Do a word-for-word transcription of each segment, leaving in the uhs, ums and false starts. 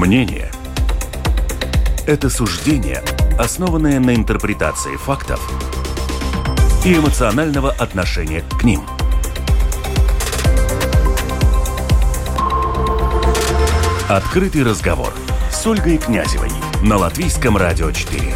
Мнение – это суждение, основанное на интерпретации фактов и эмоционального отношения к ним. Открытый разговор с Ольгой Князевой на Латвийском радио четыре.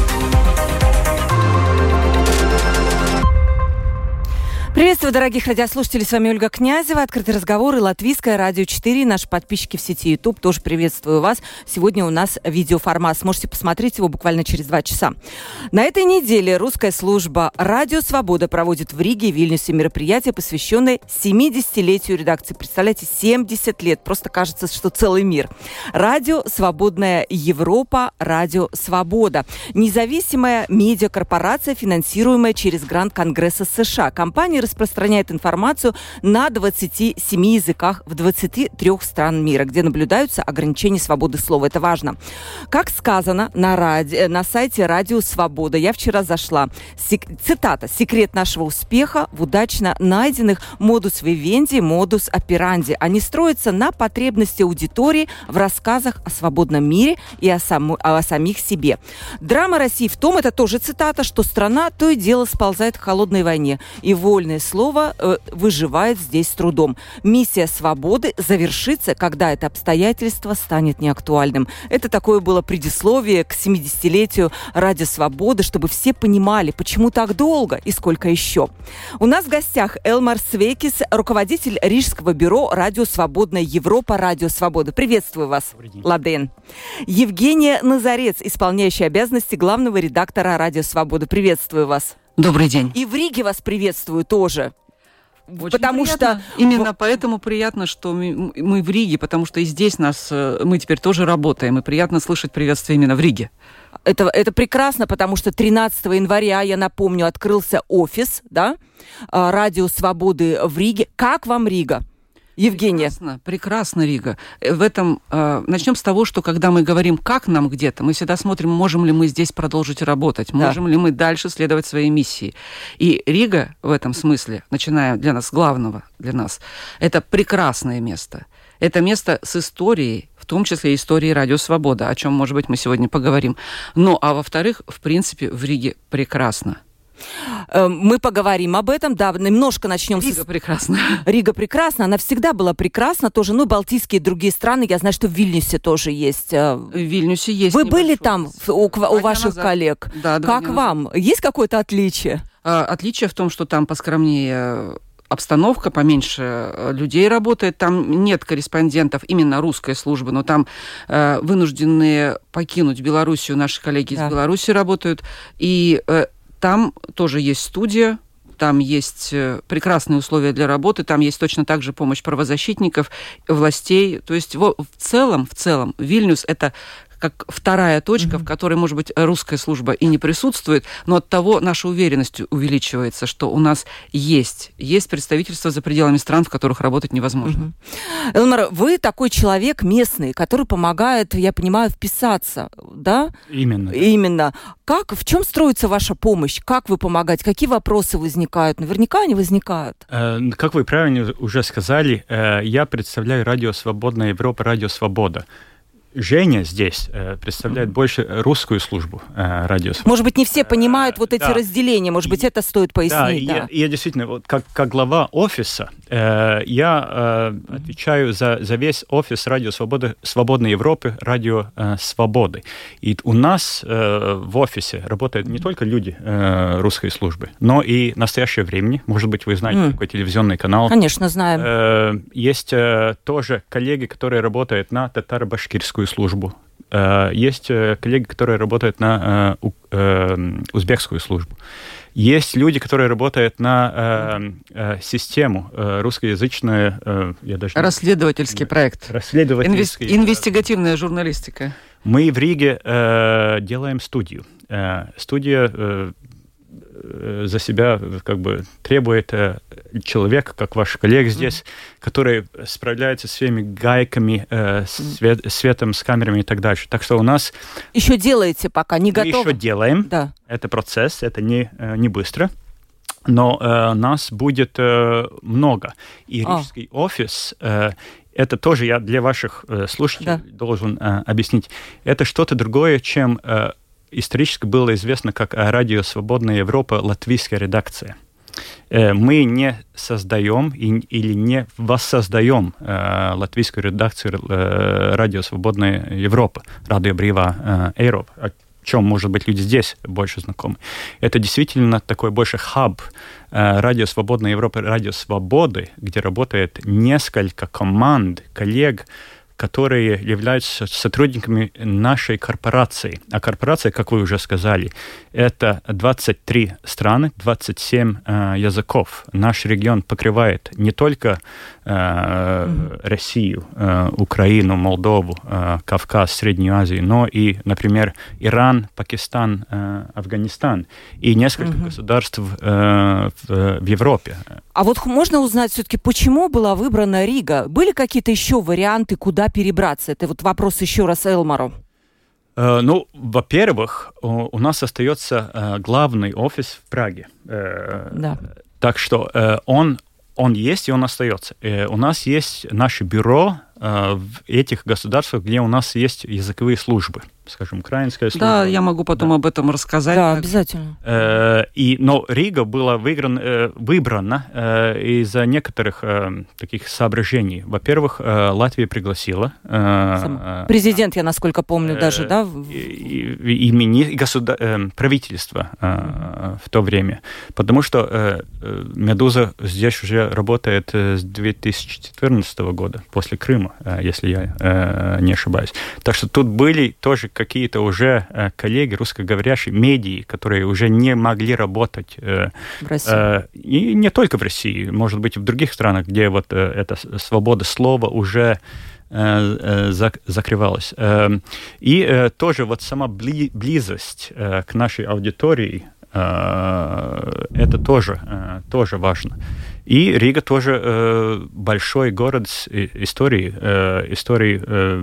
Приветствую, дорогих радиослушателей, с вами Ольга Князева, Открытый разговор и Латвийское радио четыре. Наши подписчики в сети YouTube тоже приветствую вас. Сегодня у нас видеоформат, сможете посмотреть его буквально через два часа. На этой неделе русская служба «Радио Свобода» проводит в Риге и Вильнюсе мероприятие, посвященное семидесятилетию редакции. Представляете, семьдесят лет, просто кажется, что целый мир. Радио «Свободная Европа», «Радио Свобода». Независимая медиакорпорация, финансируемая через грант Конгресса США. Компания распространяет информацию на двадцати семи языках в двадцати трёх стран мира, где наблюдаются ограничения свободы слова. Это важно. Как сказано на, ради... на сайте «Радио Свобода», я вчера зашла, Сек... цитата: «Секрет нашего успеха в удачно найденных модус вивенди, модус операнди. Они строятся на потребности аудитории в рассказах о свободном мире и о, сам... о самих себе. Драма России в том, это тоже цитата, что страна то и дело сползает к холодной войне, и вольное слово э, выживает здесь с трудом. Миссия свободы завершится, когда это обстоятельство станет неактуальным». Это такое было предисловие к семидесятилетию Радио Свободы, чтобы все понимали, почему так долго и сколько еще. У нас в гостях Элмар Свекис, руководитель Рижского бюро «Радио Свободная Европа», «Радио Свобода». Приветствую вас. Ладен. Евгения Назарец, исполняющая обязанности главного редактора «Радио Свобода». Приветствую вас. Добрый день. И в Риге вас приветствую тоже. Очень потому приятно. что... Именно поэтому приятно, что мы, мы в Риге, потому что и здесь нас, мы теперь тоже работаем, и приятно слышать приветствие именно в Риге. Это, это прекрасно, потому что тринадцатого января, я напомню, открылся офис, да, «Радио Свободы» в Риге. Как вам Рига? Евгения. Прекрасно, прекрасно, Рига. В этом э, начнем с того, что когда мы говорим, как нам где-то, мы всегда смотрим, можем ли мы здесь продолжить работать, да. можем ли мы дальше следовать своей миссии. И Рига в этом смысле, начиная для нас, главного для нас, это прекрасное место. Это место с историей, в том числе историей «Радио Свобода», о чем, может быть, мы сегодня поговорим. Ну, а во-вторых, в принципе, в Риге прекрасно. Мы поговорим об этом, да, немножко начнем. Рига с... прекрасна. Рига прекрасна, она всегда была прекрасна тоже, ну, балтийские и другие страны, я знаю, что в Вильнюсе тоже есть. В Вильнюсе есть. Вы были там у, у ваших назад. коллег? Да, как вам? Назад. Есть какое-то отличие? А, отличие в том, что там поскромнее обстановка, поменьше людей работает, там нет корреспондентов именно русской службы, но там э, вынужденные покинуть Белоруссию, наши коллеги да. из Беларуси работают, и э, там тоже есть студия, там есть прекрасные условия для работы, там есть точно так же помощь правозащитников, властей. То есть в целом, в целом, Вильнюс – это как вторая точка, mm-hmm. в которой, может быть, русская служба и не присутствует, но от того наша уверенность увеличивается, что у нас есть, есть представительство за пределами стран, в которых работать невозможно. Mm-hmm. Элмар, вы такой человек местный, который помогает, я понимаю, вписаться, да? Именно. Именно. Как, в чем строится ваша помощь? Как вы помогаете? Какие вопросы возникают? Наверняка они возникают. Э, как вы правильно уже сказали, э, я представляю «Радио Свободная Европа», «Радио Свобода». Женя здесь э, представляет больше русскую службу э, «Радио Свобода». Может быть, не все понимают вот эти да. разделения. Может быть, это стоит пояснить. Да, да. Я, я действительно, вот как, как глава офиса, э, я э, отвечаю за, за весь офис «Радио Свобода», «Свободной Европы», «Радио э, Свободы». И у нас э, в офисе работают не только люди э, русской службы, но и «Настоящее время». Может быть, вы знаете mm. такой телевизионный канал. Конечно, знаем. Э, есть э, тоже коллеги, которые работают на татаро-башкирскую службу. Есть коллеги, которые работают на узбекскую службу. Есть люди, которые работают на систему русскоязычную. Я даже... Расследовательский проект. Расследовательский. Инвес... Инвестигативная журналистика. Мы в Риге делаем студию. Студия за себя как бы требует э, человека, как ваш коллега здесь, mm-hmm. который справляется с своими гайками, э, свет, светом, с камерами и так дальше. Так что у нас... Еще делаете пока, не готовы? Мы еще делаем. Да. Это процесс, это не, э, не быстро. Но э, нас будет э, много. И рижский а. офис... Э, это тоже я для ваших э, слушателей да. должен э, объяснить. Это что-то другое, чем э, исторически было известно как радио «Свободная Европа» латвийская редакция. Э, мы не создаем и, или не воссоздаем э, латвийскую редакцию э, радио «Свободная Европа», радио «Брива э, Европа», о чем, может быть, люди здесь больше знакомы. Это действительно такой больше хаб э, радио «Свободная Европа», радио «Свободы», где работает несколько команд, коллег, которые являются сотрудниками нашей корпорации. А корпорация, как вы уже сказали, это двадцать три страны, двадцать семь э, языков. Наш регион покрывает не только э, mm-hmm. Россию, э, Украину, Молдову, э, Кавказ, Среднюю Азию, но и, например, Иран, Пакистан, э, Афганистан и несколько mm-hmm. государств э, в, в Европе. А вот можно узнать все-таки, почему была выбрана Рига? Были какие-то еще варианты, куда перебраться? Это вот вопрос еще раз Элмару. Uh, ну, во-первых, у, у нас остается uh, главный офис в Праге. Uh, да. Так что uh, он, он есть и он остается. Uh, у нас есть наше бюро uh, в этих государствах, где у нас есть языковые службы. Скажем, украинская служба. Да, я могу потом да. об этом рассказать. Да, обязательно. Э, и, но Рига была выигран, э, выбрана э, из-за некоторых э, таких соображений. Во-первых, э, Латвия пригласила. Э, Президент, я насколько помню, э, даже, да? И, и, и, мини, и государ, э, правительство э, mm-hmm. в то время. Потому что э, «Медуза» здесь уже работает с две тысячи четырнадцатого года, после Крыма, э, если я э, не ошибаюсь. Так что тут были тоже какие-то уже э, коллеги, русскоговорящие медии, которые уже не могли работать. Э, в России. Э, и не только в России, может быть, и в других странах, где вот э, эта свобода слова уже э, э, зак- закрывалась. Э, и э, тоже вот сама бли- близость э, к нашей аудитории, э, это тоже, э, тоже важно. И Рига тоже э, большой город с историей, э, историей э,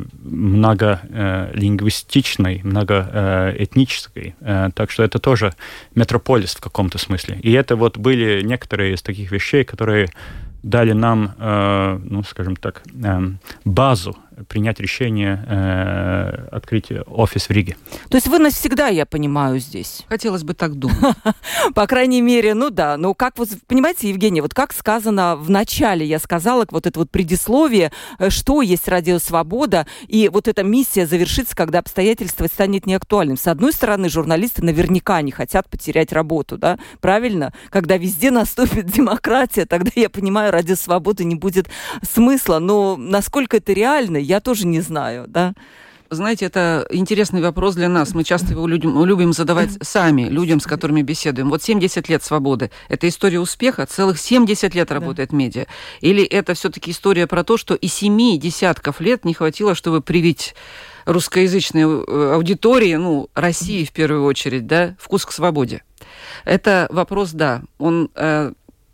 многолингвистичной, многоэтнической. Э, так что это тоже метрополис в каком-то смысле. И это вот были некоторые из таких вещей, которые дали нам, э, ну, скажем так, э, базу принять решение э, открыть офис в Риге. То есть вы навсегда, я понимаю, здесь? Хотелось бы так думать. По крайней мере, ну да. Ну, как вот, понимаете, Евгения, вот как сказано в начале, я сказала, вот это вот предисловие, что есть Радио Свобода, и вот эта миссия завершится, когда обстоятельства станет неактуальным. С одной стороны, журналисты наверняка не хотят потерять работу, да? Правильно? Когда везде наступит демократия, тогда, я понимаю, Радио Свободы не будет смысла. Но насколько это реально, я тоже не знаю, да. Знаете, это интересный вопрос для нас. Мы часто его людям, любим задавать сами, людям, с которыми беседуем. Вот семьдесят лет свободы. Это история успеха? Целых семьдесят лет работает да. медиа? Или это все-таки история про то, что и семи десятков лет не хватило, чтобы привить русскоязычной аудитории, ну, России в первую очередь, да, вкус к свободе? Это вопрос, да, он... Э,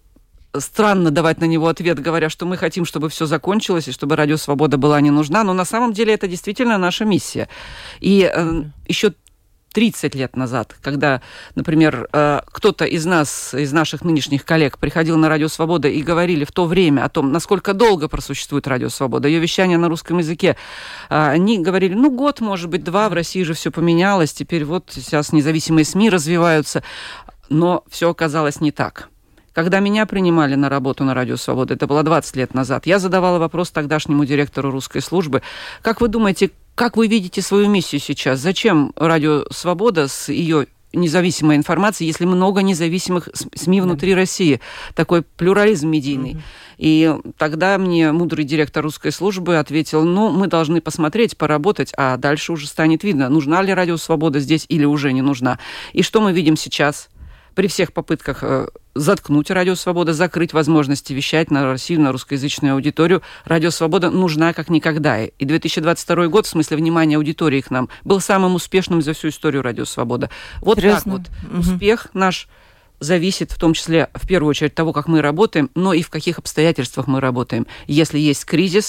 странно давать на него ответ, говоря, что мы хотим, чтобы все закончилось, и чтобы Радио Свобода была не нужна, но на самом деле это действительно наша миссия. И э, еще тридцать лет назад, когда, например, э, кто-то из нас, из наших нынешних коллег, приходил на Радио Свобода и говорили в то время о том, насколько долго просуществует Радио Свобода, ее вещание на русском языке, э, они говорили, ну, год, может быть, два, в России же все поменялось, теперь вот сейчас независимые СМИ развиваются, но все оказалось не так. Когда меня принимали на работу на Радио Свобода, это было двадцать лет назад, я задавала вопрос тогдашнему директору русской службы, как вы думаете, как вы видите свою миссию сейчас? Зачем Радио Свобода с ее независимой информацией, если много независимых СМИ внутри России? Такой плюрализм медийный. Mm-hmm. И тогда мне мудрый директор русской службы ответил, ну, мы должны посмотреть, поработать, а дальше уже станет видно, нужна ли Радио Свобода здесь или уже не нужна. И что мы видим сейчас? При всех попытках э, заткнуть Радио Свобода, закрыть возможности вещать на Россию, на русскоязычную аудиторию, Радио Свобода нужна как никогда. И две тысячи двадцать второй год, в смысле внимания аудитории к нам, был самым успешным за всю историю Радио Свобода. Вот Серьезно? Так вот. Угу. Успех наш зависит в том числе, в первую очередь, от того, как мы работаем, но и в каких обстоятельствах мы работаем. Если есть кризис,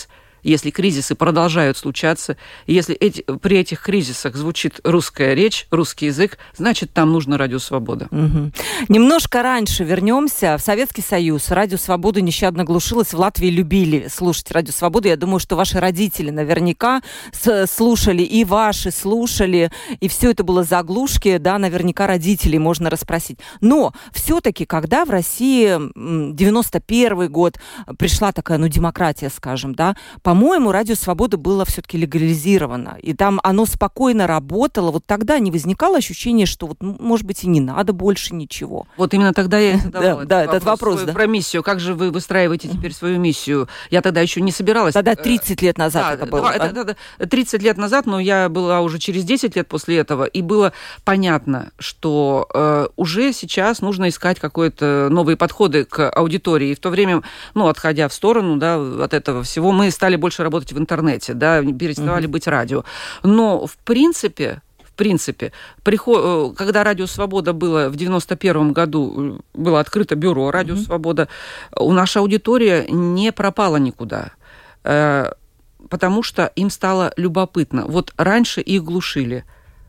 если кризисы продолжают случаться, если эти, при этих кризисах звучит русская речь, русский язык, значит, там нужна Радио Свобода. Угу. Немножко раньше вернемся. В Советский Союз Радио Свобода нещадно глушилось. В Латвии любили слушать Радио Свободу. Я думаю, что ваши родители наверняка слушали, и ваши слушали, и все это было заглушки, да, наверняка родителей можно расспросить. Но все-таки, когда в России девяносто первый год пришла такая, ну, демократия, скажем, да, по-моему, Радио Свобода было все-таки легализировано, и там оно спокойно работало. Вот тогда не возникало ощущения, что, вот, может быть, и не надо больше ничего. Вот именно тогда я и задавала да, этот вопрос, вопрос да. про миссию. Как же вы выстраиваете теперь свою миссию? Я тогда еще не собиралась. Тогда тридцать лет назад да, это было. Да, да? Это, это, тридцать лет назад, но я была уже через десять лет после этого, и было понятно, что э, уже сейчас нужно искать какие-то новые подходы к аудитории. И в то время, ну, отходя в сторону, да, от этого всего, мы стали больше работать в интернете, да, переставали mm-hmm. быть радио. Но, в принципе, в принципе, приход... когда Радио Свобода было в девяносто первом году, было открыто бюро Радио mm-hmm. Свобода, наша аудитория не пропала никуда, потому что им стало любопытно. Вот раньше их глушили.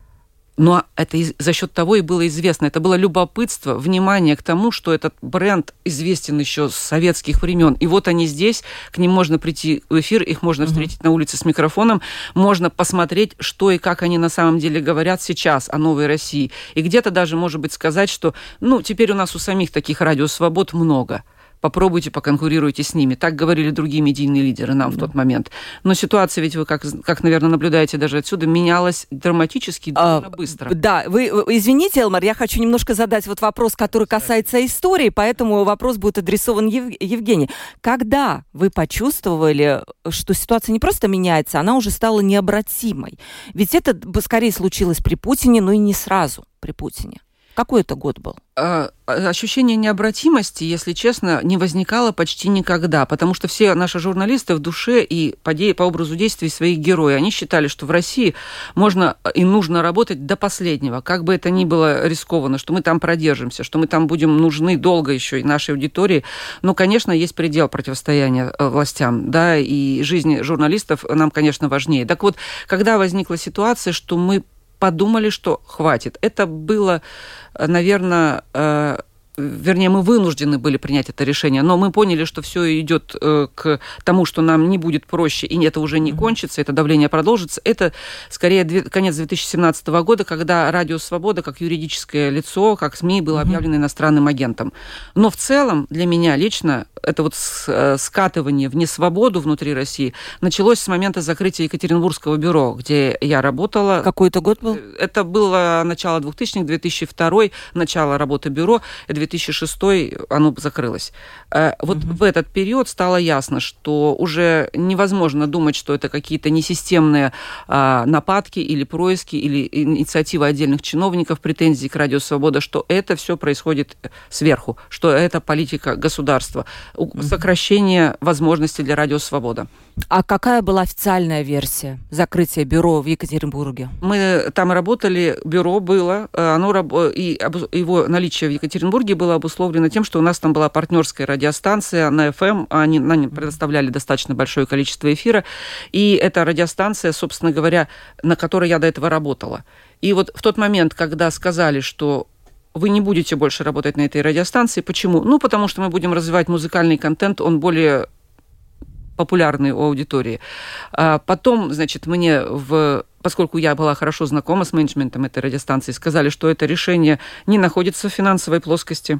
Но это за счет того и было известно. Это было любопытство, внимание к тому, что этот бренд известен еще с советских времен. И вот они здесь, к ним можно прийти в эфир, их можно встретить uh-huh. на улице с микрофоном, можно посмотреть, что и как они на самом деле говорят сейчас о Новой России. И где-то даже, может быть, сказать, что, ну, теперь у нас у самих таких радиосвобод много. Попробуйте, поконкурируйте с ними. Так говорили другие медийные лидеры нам да. в тот момент. Но ситуация, ведь вы, как, как, наверное, наблюдаете даже отсюда, менялась драматически довольно а, быстро. Да, вы извините, Элмар, я хочу немножко задать вот вопрос, который касается истории, поэтому вопрос будет адресован Ев... Евгении. Когда вы почувствовали, что ситуация не просто меняется, она уже стала необратимой? Ведь это скорее случилось при Путине, но и не сразу при Путине. Какой это год был? Ощущение необратимости, если честно, не возникало почти никогда, потому что все наши журналисты в душе и по, де- по образу действий своих героев, они считали, что в России можно и нужно работать до последнего, как бы это ни было рискованно, что мы там продержимся, что мы там будем нужны долго еще и нашей аудитории. Но, конечно, есть предел противостояния властям, да, и жизнь журналистов нам, конечно, важнее. Так вот, когда возникла ситуация, что мы подумали, что хватит. Это было, наверное, э, вернее, мы вынуждены были принять это решение, но мы поняли, что все идет э, к тому, что нам не будет проще, и это уже не mm-hmm. кончится, это давление продолжится. Это, скорее, две, конец две тысячи семнадцатого года, когда Радио Свобода, как юридическое лицо, как СМИ, было mm-hmm. объявлено иностранным агентом. Но в целом, для меня лично, это вот скатывание в несвободу внутри России началось с момента закрытия Екатеринбургского бюро, где я работала. Какой это год был? Это было начало двухтысячных, две тысячи второй, начало работы бюро, две тысячи шестой оно закрылось. Вот mm-hmm. в этот период стало ясно, что уже невозможно думать, что это какие-то несистемные а, нападки или происки, или инициативы отдельных чиновников, претензии к Радио Свобода, что это все происходит сверху, что это политика государства. Сокращение возможностей для Радио Свобода. А какая была официальная версия закрытия бюро в Екатеринбурге? Мы там работали, бюро было, оно, и его наличие в Екатеринбурге было обусловлено тем, что у нас там была партнерская радиостанция на эф эм, они, они предоставляли достаточно большое количество эфира, и эта радиостанция, собственно говоря, на которой я до этого работала. И вот в тот момент, когда сказали, что вы не будете больше работать на этой радиостанции. Почему? Ну, потому что мы будем развивать музыкальный контент, он более популярный у аудитории. А потом, значит, мне, в... поскольку я была хорошо знакома с менеджментом этой радиостанции, сказали, что это решение не находится в финансовой плоскости.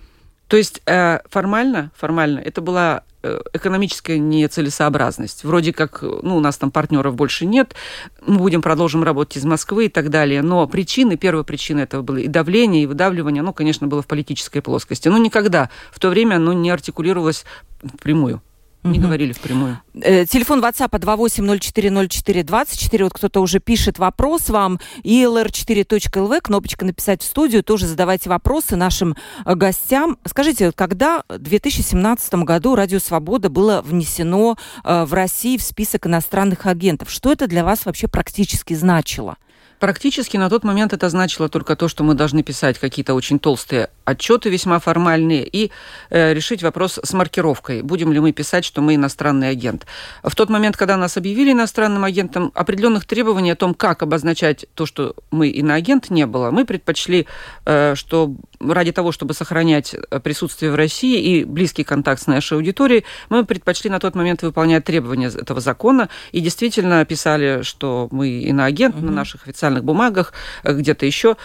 То есть формально, формально это была экономическая нецелесообразность. Вроде как, ну, у нас там партнеров больше нет, мы будем продолжим работать из Москвы и так далее. Но причины, первая причина этого было и давление, и выдавливание, оно, конечно, было в политической плоскости. Но никогда в то время оно не артикулировалось впрямую. Не угу. говорили впрямую. Э, телефон WhatsApp два восемь ноль четыре ноль четыре двадцать четыре. Вот кто-то уже пишет вопрос вам. и эл эр четыре точка эл ви, кнопочка «Написать в студию». Тоже задавайте вопросы нашим гостям. Скажите, когда в две тысячи семнадцатом году Радио Свобода было внесено э, в России в список иностранных агентов, что это для вас вообще практически значило? Практически на тот момент это значило только то, что мы должны писать какие-то очень толстые отчеты, весьма формальные, и э, решить вопрос с маркировкой. Будем ли мы писать, что мы иностранный агент. В тот момент, когда нас объявили иностранным агентом, определенных требований о том, как обозначать то, что мы иноагент, не было. Мы предпочли, э, что ради того, чтобы сохранять присутствие в России и близкий контакт с нашей аудиторией, мы предпочли на тот момент выполнять требования этого закона и действительно писали, что мы иноагент mm-hmm. на наших официальных бумагах, где-то еще.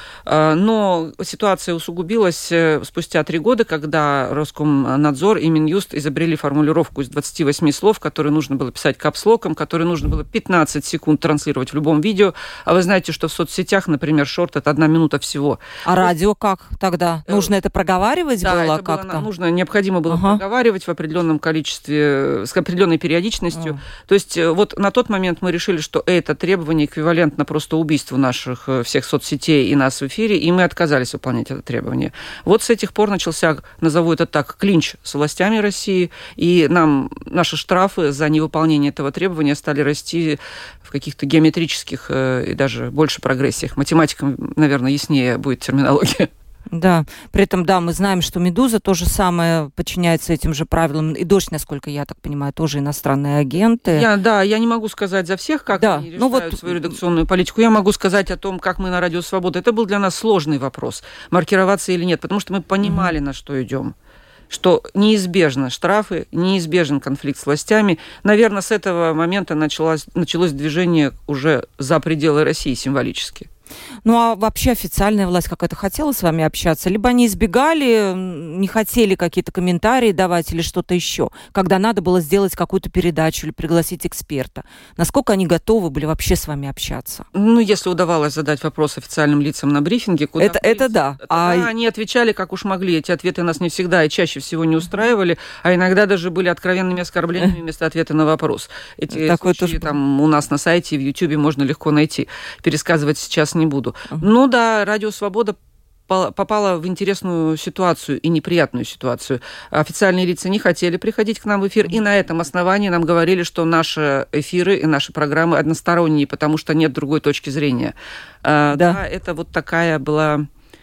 Но ситуация усугубилась спустя три года, когда Роскомнадзор и Минюст изобрели формулировку из двадцати восьми слов, которые нужно было писать капслоком, которые нужно было пятнадцать секунд транслировать в любом видео. А вы знаете, что в соцсетях, например, шорт – это одна минута всего. А вот. Радио как тогда? Нужно это проговаривать да, было это как-то? Было, нужно, необходимо было ага. проговаривать в определенном количестве, с определенной периодичностью. Ага. То есть вот на тот момент мы решили, что это требование эквивалентно просто убийству наших всех соцсетей и нас в эфире, и мы отказались выполнять это требование. Вот с этих пор начался, назову это так, клинч с властями России, и нам наши штрафы за невыполнение этого требования стали расти в каких-то геометрических и даже больше прогрессиях. Математикам, наверное, яснее будет терминология. Да, при этом, да, мы знаем, что «Медуза» то же самое подчиняется этим же правилам. И «Дождь», насколько я так понимаю, тоже иностранные агенты. Я, да, я не могу сказать за всех, как да. они решают ну вот... свою редакционную политику. Я могу сказать о том, как мы на Радио Свобода. Это был для нас сложный вопрос, маркироваться или нет, потому что мы понимали, mm-hmm. на что идем. Что неизбежно штрафы, неизбежен конфликт с властями. Наверное, с этого момента началось, началось движение уже за пределы России символически. Ну, а вообще официальная власть какая-то хотела с вами общаться? Либо они избегали, не хотели какие-то комментарии давать или что-то еще, когда надо было сделать какую-то передачу или пригласить эксперта? Насколько они готовы были вообще с вами общаться? Ну, если удавалось задать вопрос официальным лицам на брифинге, куда... Это, это да. А они отвечали, как уж могли. Эти ответы нас не всегда и чаще всего не устраивали, а иногда даже были откровенными оскорблениями вместо ответа на вопрос. Эти Такое случаи тоже... там у нас на сайте и в Ютьюбе можно легко найти. Пересказывать сейчас не буду. Uh-huh. Ну да, Радио Свобода попала в интересную ситуацию и неприятную ситуацию. Официальные лица не хотели приходить к нам в эфир, и на этом основании нам говорили, что наши эфиры и наши программы односторонние, потому что нет другой точки зрения. Да, да это вот такая была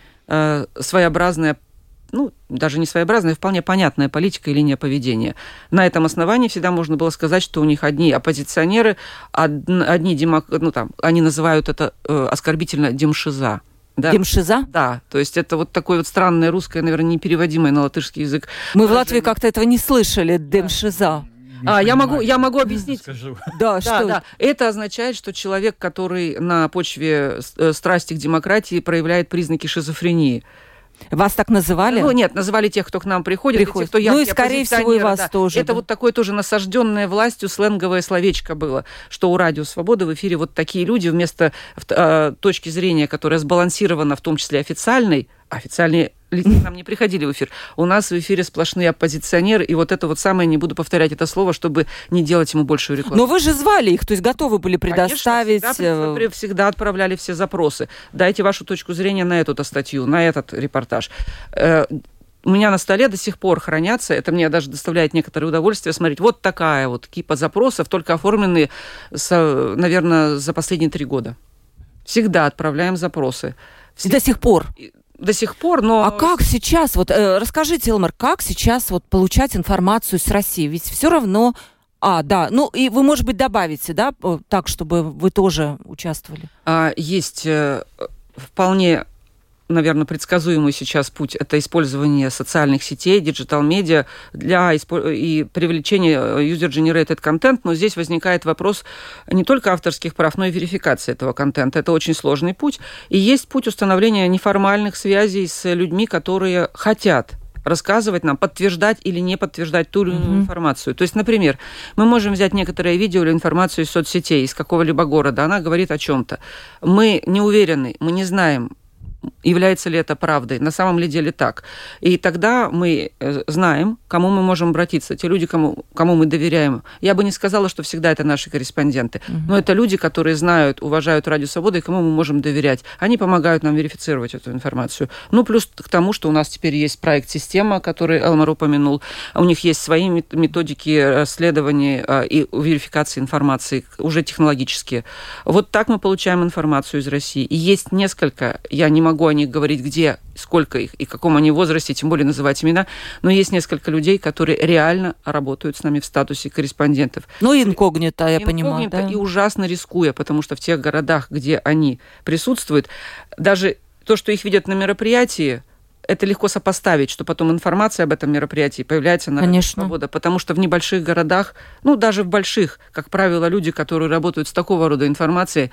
своеобразная, ну, даже не своеобразная, а вполне понятная политика и линия поведения. На этом основании всегда можно было сказать, что у них одни оппозиционеры, одни демок... ну, там, они называют это э, оскорбительно демшиза. Да? Демшиза? Да, то есть это вот такое вот странное русское, наверное, непереводимое на латышский язык. Мы выражение. В Латвии как-то этого не слышали, демшиза. А, я могу, я могу объяснить. Да, да, что? Да. Это означает, что человек, который на почве страсти к демократии проявляет признаки шизофрении. Вас так называли? Ну, нет, называли тех, кто к нам приходит. приходит. Тех, кто ну и, скорее всего, и вас да. тоже. Это да. вот такое тоже насажденное властью сленговое словечко было, что у Радио Свободы в эфире вот такие люди вместо э, точки зрения, которая сбалансирована, в том числе официальной, официальные лица к нам не приходили в эфир. У нас в эфире сплошные оппозиционеры, и вот это вот самое, не буду повторять это слово, чтобы не делать ему большую рекламу. Но вы же звали их, то есть готовы были предоставить... Конечно, всегда, всегда отправляли все запросы. Дайте вашу точку зрения на эту статью, на этот репортаж. У меня на столе до сих пор хранятся, это мне даже доставляет некоторое удовольствие смотреть, вот такая вот кипа запросов, только оформленные, с, наверное, за последние три года. Всегда отправляем запросы. И до сих пор? До сих пор, но... А как сейчас, вот э, расскажите, Элмар, как сейчас вот получать информацию с России? Ведь все равно... А, да, ну и вы, может быть, добавите, да, так, чтобы вы тоже участвовали? А, есть э, вполне... наверное, предсказуемый сейчас путь – это использование социальных сетей, диджитал-медиа для испо- и привлечения user-generated content, но здесь возникает вопрос не только авторских прав, но и верификации этого контента. Это очень сложный путь. И есть путь установления неформальных связей с людьми, которые хотят рассказывать нам, подтверждать или не подтверждать ту или иную mm-hmm. информацию. То есть, например, мы можем взять некоторое видео или информацию из соцсетей, из какого-либо города, она говорит о чем-то. Мы не уверены, мы не знаем, является ли это правдой, на самом ли деле так. И тогда мы знаем, к кому мы можем обратиться. Те люди, кому, кому мы доверяем. Я бы не сказала, что всегда это наши корреспонденты, угу. но это люди, которые знают, уважают Радио Свобода и кому мы можем доверять. Они помогают нам верифицировать эту информацию. Ну, плюс к тому, что у нас теперь есть проект «Система», который Элмар упомянул. У них есть свои методики расследования и верификации информации, уже технологические. Вот так мы получаем информацию из России. И есть несколько, я не могу о них говорить, где, сколько их и в каком они возрасте, тем более называть имена, но есть несколько людей, которые реально работают с нами в статусе корреспондентов. Ну, инкогнито, я инкогнито, понимаю. Да? И ужасно рискуя, потому что в тех городах, где они присутствуют, даже то, что их видят на мероприятии, это легко сопоставить, что потом информация об этом мероприятии появляется на Радио Свобода, потому что в небольших городах, ну, даже в больших, как правило, люди, которые работают с такого рода информацией,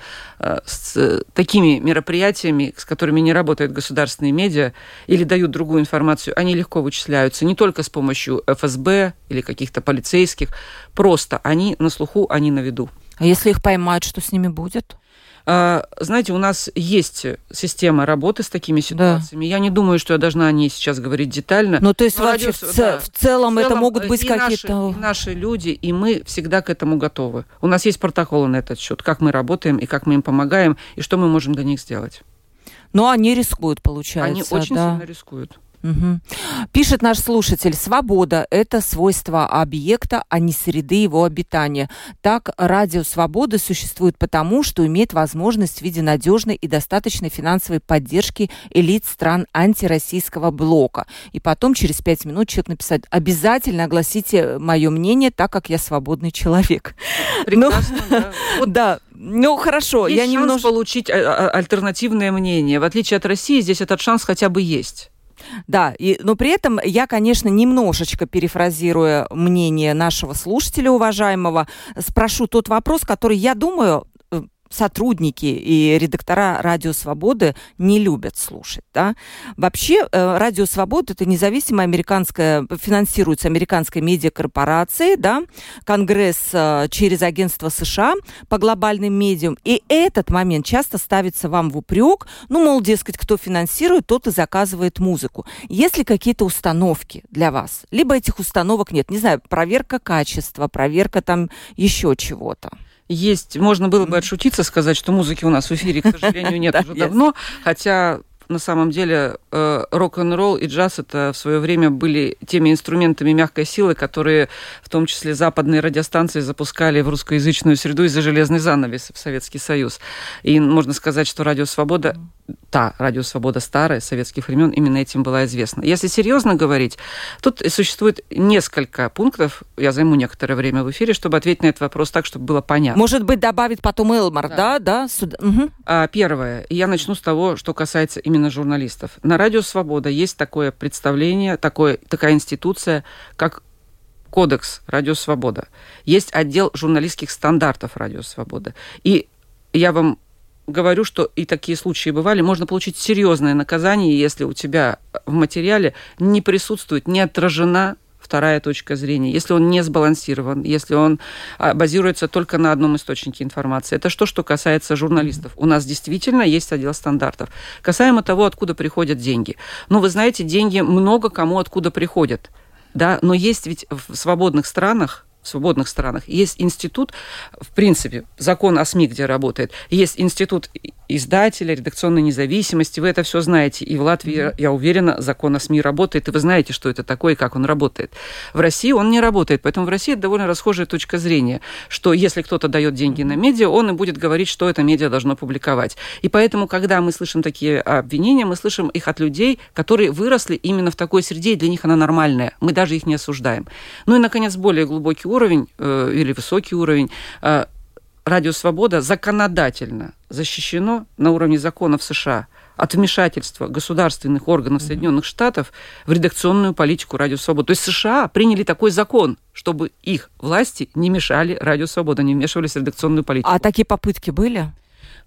с такими мероприятиями, с которыми не работают государственные медиа или дают другую информацию, они легко вычисляются не только с помощью эф эс бэ или каких-то полицейских, просто они на слуху, они на виду. А если их поймают, что с ними будет? Знаете, у нас есть система работы с такими ситуациями. Да. Я не думаю, что я должна о ней сейчас говорить детально. Ну, то есть вообще радио, в, да, в, целом в целом это могут быть какие-то... Наши, и наши люди, и мы всегда к этому готовы. У нас есть протоколы на этот счет, как мы работаем, и как мы им помогаем, и что мы можем для них сделать. Но они рискуют, получается. Они очень да. сильно рискуют. Угу. Пишет наш слушатель: свобода – это свойство объекта, а не среды его обитания. Так, Радио Свободы существует потому, что имеет возможность в виде надежной и достаточной финансовой поддержки элит стран антироссийского блока. И потом через пять минут человек написать: обязательно огласите мое мнение, так как я свободный человек. Прекрасно, ну, да. Вот да. Ну, хорошо. Есть я шанс немножко... получить альтернативное мнение. В отличие от России, здесь этот шанс хотя бы есть. Да, и, но при этом я, конечно, немножечко перефразируя мнение нашего слушателя уважаемого, спрошу тот вопрос, который, я думаю, сотрудники и редактора Радио Свободы не любят слушать. Да? Вообще, Радио Свобода – это независимая американская, финансируется американской медиакорпорацией, да? Конгресс через агентство США по глобальным медиам. И этот момент часто ставится вам в упрек, ну, мол, дескать, кто финансирует, тот и заказывает музыку. Есть ли какие-то установки для вас? Либо этих установок нет. Не знаю, проверка качества, проверка там еще чего-то. Есть. Можно было бы отшутиться, сказать, что музыки у нас в эфире, к сожалению, нет уже давно, хотя на самом деле рок-н-ролл и джаз это в свое время были теми инструментами мягкой силы, которые в том числе западные радиостанции запускали в русскоязычную среду из-за железный занавес в Советский Союз. И можно сказать, что Радио Свобода, та Радио Свобода старая, советских времен, именно этим была известна. Если серьезно говорить, тут существует несколько пунктов, я займу некоторое время в эфире, чтобы ответить на этот вопрос так, чтобы было понятно. Может быть, добавит потом Элмар, да? да? да? Угу. А, первое, я начну с того, что касается именно журналистов. На Радио Свобода есть такое представление, такое, такая институция, как Кодекс Радио Свобода. Есть отдел журналистских стандартов Радио Свобода. И я вам говорю, что и такие случаи бывали, можно получить серьезное наказание, если у тебя в материале не присутствует, не отражена вторая точка зрения, если он не сбалансирован, если он базируется только на одном источнике информации. Это что, что касается журналистов. У нас действительно есть отдел стандартов. Касаемо того, откуда приходят деньги. Ну, вы знаете, деньги много кому откуда приходят. Да? Но есть ведь в свободных странах, в свободных странах есть институт, в принципе, закон о СМИ, где работает, есть институт издателя, редакционной независимости, вы это все знаете. И в Латвии, mm-hmm. я уверена, закон о СМИ работает, и вы знаете, что это такое и как он работает. В России он не работает, поэтому в России это довольно расхожая точка зрения, что если кто-то дает деньги на медиа, он и будет говорить, что это медиа должно публиковать. И поэтому, когда мы слышим такие обвинения, мы слышим их от людей, которые выросли именно в такой среде, и для них она нормальная. Мы даже их не осуждаем. Ну и, наконец, более глубокий уровень э, или высокий уровень. Э, Радио Свобода законодательно защищено на уровне законов США от вмешательства государственных органов Соединенных Штатов в редакционную политику Радио Свобода. То есть США приняли такой закон, чтобы их власти не мешали Радио Свобода, не вмешивались в редакционную политику. А такие попытки были?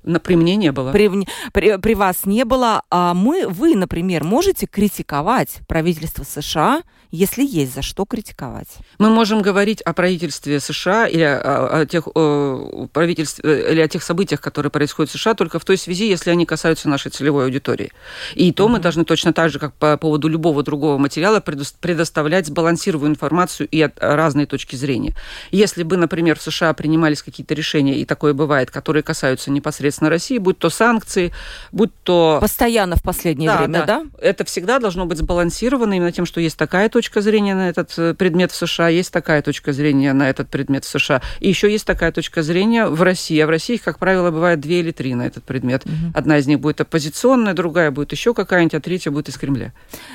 На, при мне не было. При, при, при вас не было. А мы, вы, например, можете критиковать правительство США, если есть за что критиковать? Мы можем говорить о правительстве США или о, о, тех, о, правительстве, или о тех событиях, которые происходят в США, только в той связи, если они касаются нашей целевой аудитории. И то mm-hmm. мы должны точно так же, как по поводу любого другого материала, предоставлять сбалансированную информацию и от разной точки зрения. Если бы, например, в США принимались какие-то решения, и такое бывает, которые касаются непосредственно России, будь то санкции, будь то... Постоянно в последнее да, время, да. да? Это всегда должно быть сбалансировано именно тем, что есть такая точка зрения на этот предмет в США, есть такая точка зрения на этот предмет в США, и еще есть такая точка зрения в России. А в России, как правило, бывает две или три на этот предмет. Угу. Одна из них будет оппозиционная, другая будет еще какая-нибудь, а третья будет из Кремля.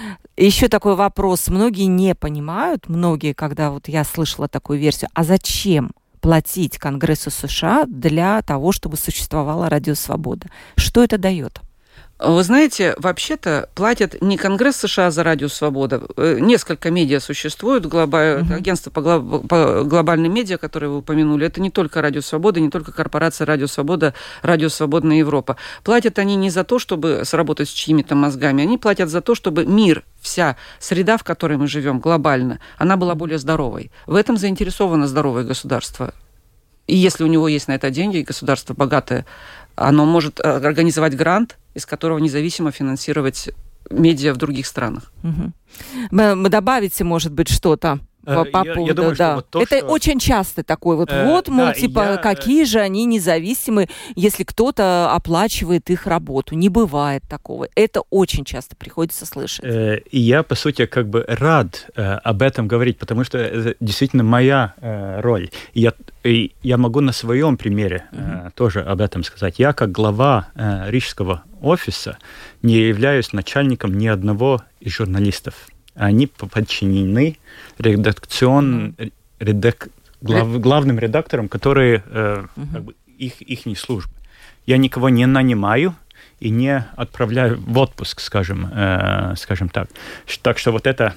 Еще такой вопрос. Многие не понимают, многие, когда вот я слышала такую версию, а зачем платить Конгрессу США для того, чтобы существовала Радио Свобода? Что это дает? Вы знаете, вообще-то платят не Конгресс США за Радио Свобода. Несколько медиа существует, глоба... uh-huh. агентство по, глоб... по глобальным медиа, которые вы упомянули. Это не только Радио Свобода, не только корпорация Радио Свобода, Радио Свободная Европа. Платят они не за то, чтобы сработать с чьими-то мозгами, они платят за то, чтобы мир, вся среда, в которой мы живем глобально, она была более здоровой. В этом заинтересовано здоровое государство. И если у него есть на это деньги, и государство богатое, оно может организовать грант, из которого независимо финансировать медиа в других странах. Угу. Вы добавите, может быть, что-то по, по я, поводу... я думаю, да. вот то, это что... очень часто такой вот, э, вот, мол, да, типа, я... какие же они независимые, если кто-то оплачивает их работу. Не бывает такого. Это очень часто приходится слышать. Э, и я, по сути, как бы рад э, об этом говорить, потому что это действительно моя э, роль. И я, и я могу на своем примере э, uh-huh. тоже об этом сказать. Я, как глава э, Рижского офиса, не являюсь начальником ни одного из журналистов. Они подчинены редакцион, редак, глав, главным редакторам, которые э, uh-huh. как бы их, их службы. Я никого не нанимаю и не отправляю в отпуск, скажем, э, скажем так. Так что вот это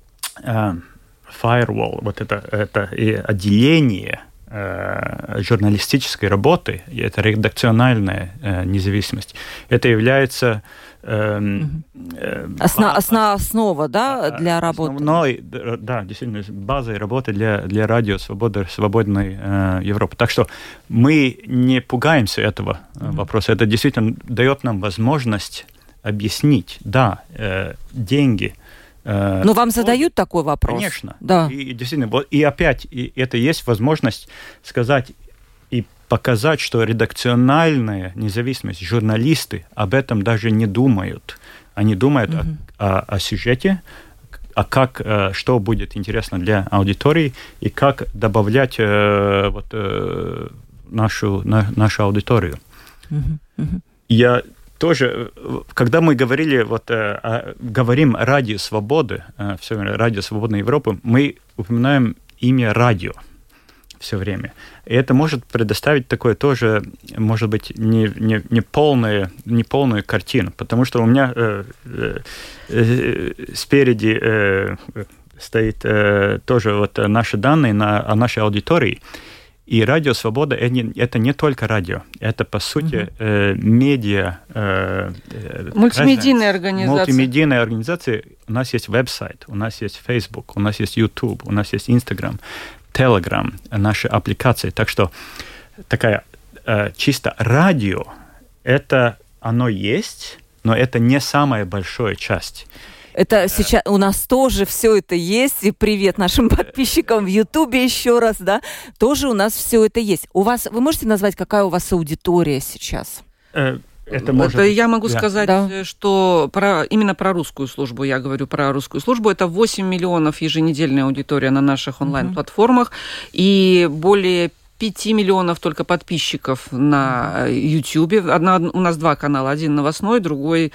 э, firewall, вот это, это и отделение э, журналистической работы, это редакциональная э, независимость, это является Осна, осна, основа, да, для работы. Основной, да, действительно, базой работы для, для радио «Свобода», «Свободной э, Европы». Так что мы не пугаемся этого mm-hmm. вопроса. Это действительно дает нам возможность объяснить, да, э, деньги. Э, Но вам задают такой вопрос? Конечно. Да. И, действительно, вот, и опять, и это есть возможность сказать и показать, что редакциональная независимость, журналисты об этом даже не думают. Они думают mm-hmm. о, о, о сюжете, а как, что будет интересно для аудитории, и как добавлять э, вот, э, нашу, на, нашу аудиторию. Mm-hmm. Mm-hmm. Я тоже, когда мы говорили, вот, э, говорим о Радио Свободы, э, все время Радио Свободной Европы, мы упоминаем имя радио все время. И это может предоставить такое тоже, может быть, не, не, не, полную, не полную картину, потому что у меня э, э, э, спереди э, стоит э, тоже вот наши данные на, о нашей аудитории. И Радио Свобода – это не только радио, это, по сути, э, медиа... Э, мультимедийная организация. Мультимедийная организация. У нас есть веб-сайт, у нас есть Facebook, у нас есть YouTube, у нас есть Instagram, Telegram, наши аппликации. Так что такая э, чисто радио, это оно есть, но это не самая большая часть. Это сейчас у нас тоже все это есть. И привет нашим подписчикам в Ютубе еще раз, да. Тоже у нас все это есть. У вас, вы можете назвать, какая у вас аудитория сейчас? Э, Это, может... это я могу да. сказать, да. что про, именно про русскую службу, я говорю про русскую службу, это восемь миллионов еженедельная аудитория на наших онлайн-платформах, mm-hmm. и более пять миллионов только подписчиков на Ютьюбе. Одна, у нас два канала, один новостной, другой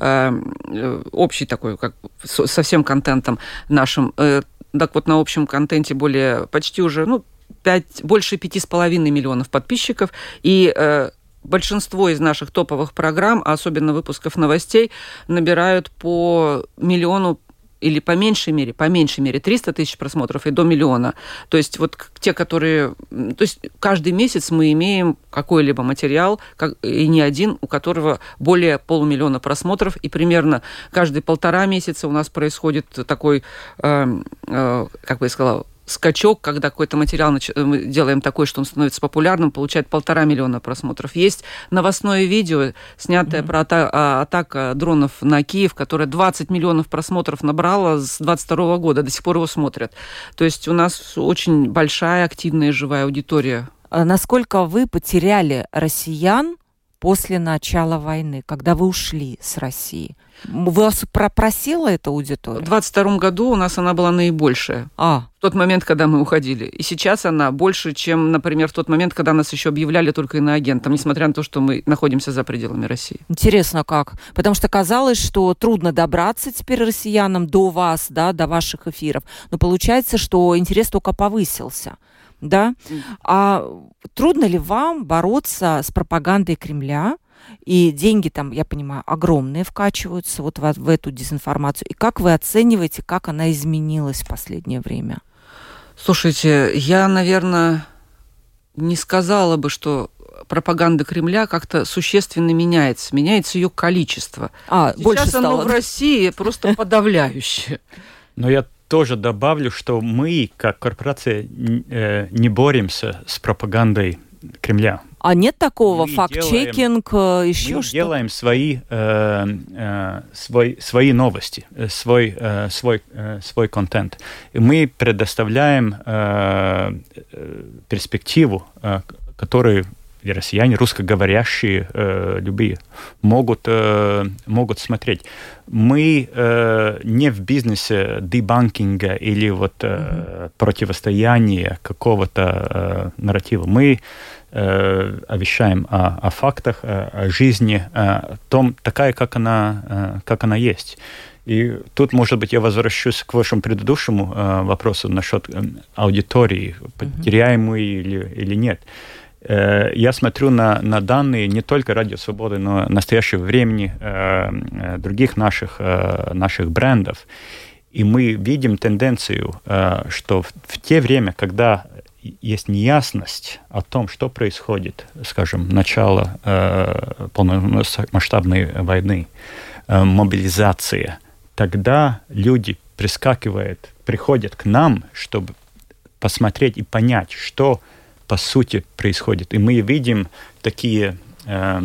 э, общий такой, как со всем контентом нашим. Э, так вот, на общем контенте более почти уже, ну, пять, больше пяти с половиной миллионов подписчиков, и э, большинство из наших топовых программ, а особенно выпусков новостей, набирают по миллиону или по меньшей мере, по меньшей мере триста тысяч просмотров и до миллиона. То есть вот те, которые... То есть каждый месяц мы имеем какой-либо материал, как, и не один, у которого более полумиллиона просмотров, и примерно каждые полтора месяца у нас происходит такой, э, э, как бы я сказала, скачок, когда какой-то материал мы делаем такой, что он становится популярным, получает полтора миллиона просмотров. Есть новостное видео, снятое mm-hmm. про ата- атаку дронов на Киев, которое двадцать миллионов просмотров набрало с двадцать второго года, до сих пор его смотрят. То есть у нас очень большая, активная, живая аудитория. А насколько вы потеряли россиян после начала войны, когда вы ушли с России? Вас просела эта аудитория? В двадцать втором году у нас она была наибольшая. А. В тот момент, когда мы уходили. И сейчас она больше, чем, например, в тот момент, когда нас еще объявляли только иноагентом, несмотря на то, что мы находимся за пределами России. Интересно как? Потому что казалось, что трудно добраться теперь россиянам до вас, да, до ваших эфиров. Но получается, что интерес только повысился. Да? А трудно ли вам бороться с пропагандой Кремля? И деньги там, я понимаю, огромные вкачиваются вот в, в эту дезинформацию. И как вы оцениваете, как она изменилась в последнее время? Слушайте, я, наверное, не сказала бы, что пропаганда Кремля как-то существенно меняется. Меняется ее количество. А, Сейчас больше стало. Оно в России просто подавляющее. Но я тоже добавлю, что мы, как корпорация, не боремся с пропагандой Кремля. А нет такого, Мы факт-чекинг, делаем, еще мы что-то? Мы делаем свои, э, э, свой, свои новости, свой, э, свой, э, свой контент. И мы предоставляем э, перспективу, э, которую и россияне, русскоговорящие, э, любые, могут, э, могут смотреть. Мы э, не в бизнесе дебанкинга или вот, э, mm-hmm. противостояния какого-то э, нарратива. Мы э, вещаем о, о фактах, о, о жизни, о том, такая, как она, э, как она есть. И тут, может быть, я возвращусь к вашему предыдущему э, вопросу насчет э, аудитории, потеряем мы или, или нет. Я смотрю на, на данные не только Радио Свободы, но настоящего времени э, других наших, э, наших брендов. И мы видим тенденцию, э, что в, в те время, когда есть неясность о том, что происходит, скажем, начало э, полномасштабной войны, э, мобилизация, тогда люди прискакивают, приходят к нам, чтобы посмотреть и понять, что по сути происходит. И мы видим такие э,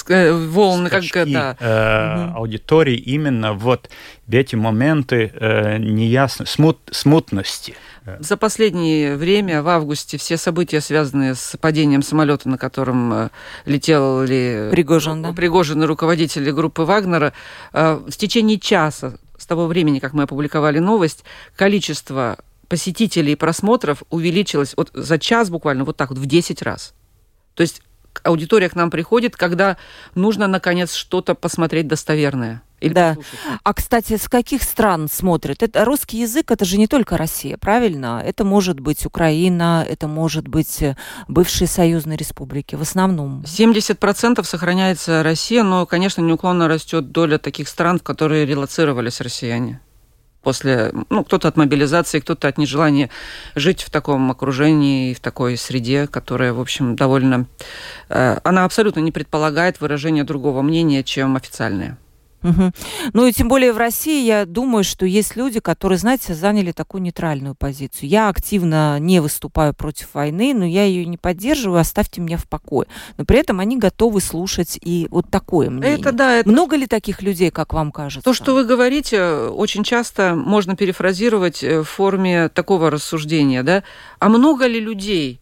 волны, скачки, как да. э, угу. аудитории именно вот в эти моменты э, неясно, смут, смутности. За последнее время, в августе, все события, связанные с падением самолета, на котором летел ли Пригожин, да? Пригожин и руководители группы Вагнера, в течение часа с того времени, как мы опубликовали новость, количество посетителей и просмотров увеличилось вот за час буквально вот так вот в десять раз. То есть аудитория к нам приходит, когда нужно, наконец, что-то посмотреть достоверное. Или да. послушать. А, кстати, с каких стран смотрят? Это, русский язык, это же не только Россия, правильно? Это может быть Украина, это может быть бывшие союзные республики, в основном. семьдесят процентов сохраняется Россия, но, конечно, неуклонно растет доля таких стран, в которые релоцировались россияне. После, ну, кто-то от мобилизации, кто-то от нежелания жить в таком окружении, в такой среде, которая, в общем, довольно... Э, она абсолютно не предполагает выражение другого мнения, чем официальное. Угу. Ну и тем более в России, я думаю, что есть люди, которые, знаете, заняли такую нейтральную позицию. Я активно не выступаю против войны, но я ее не поддерживаю, оставьте меня в покое. Но при этом они готовы слушать и вот такое мнение. Это, да, это... Много ли таких людей, как вам кажется? То, что вы говорите, очень часто можно перефразировать в форме такого рассуждения, да? А много ли людей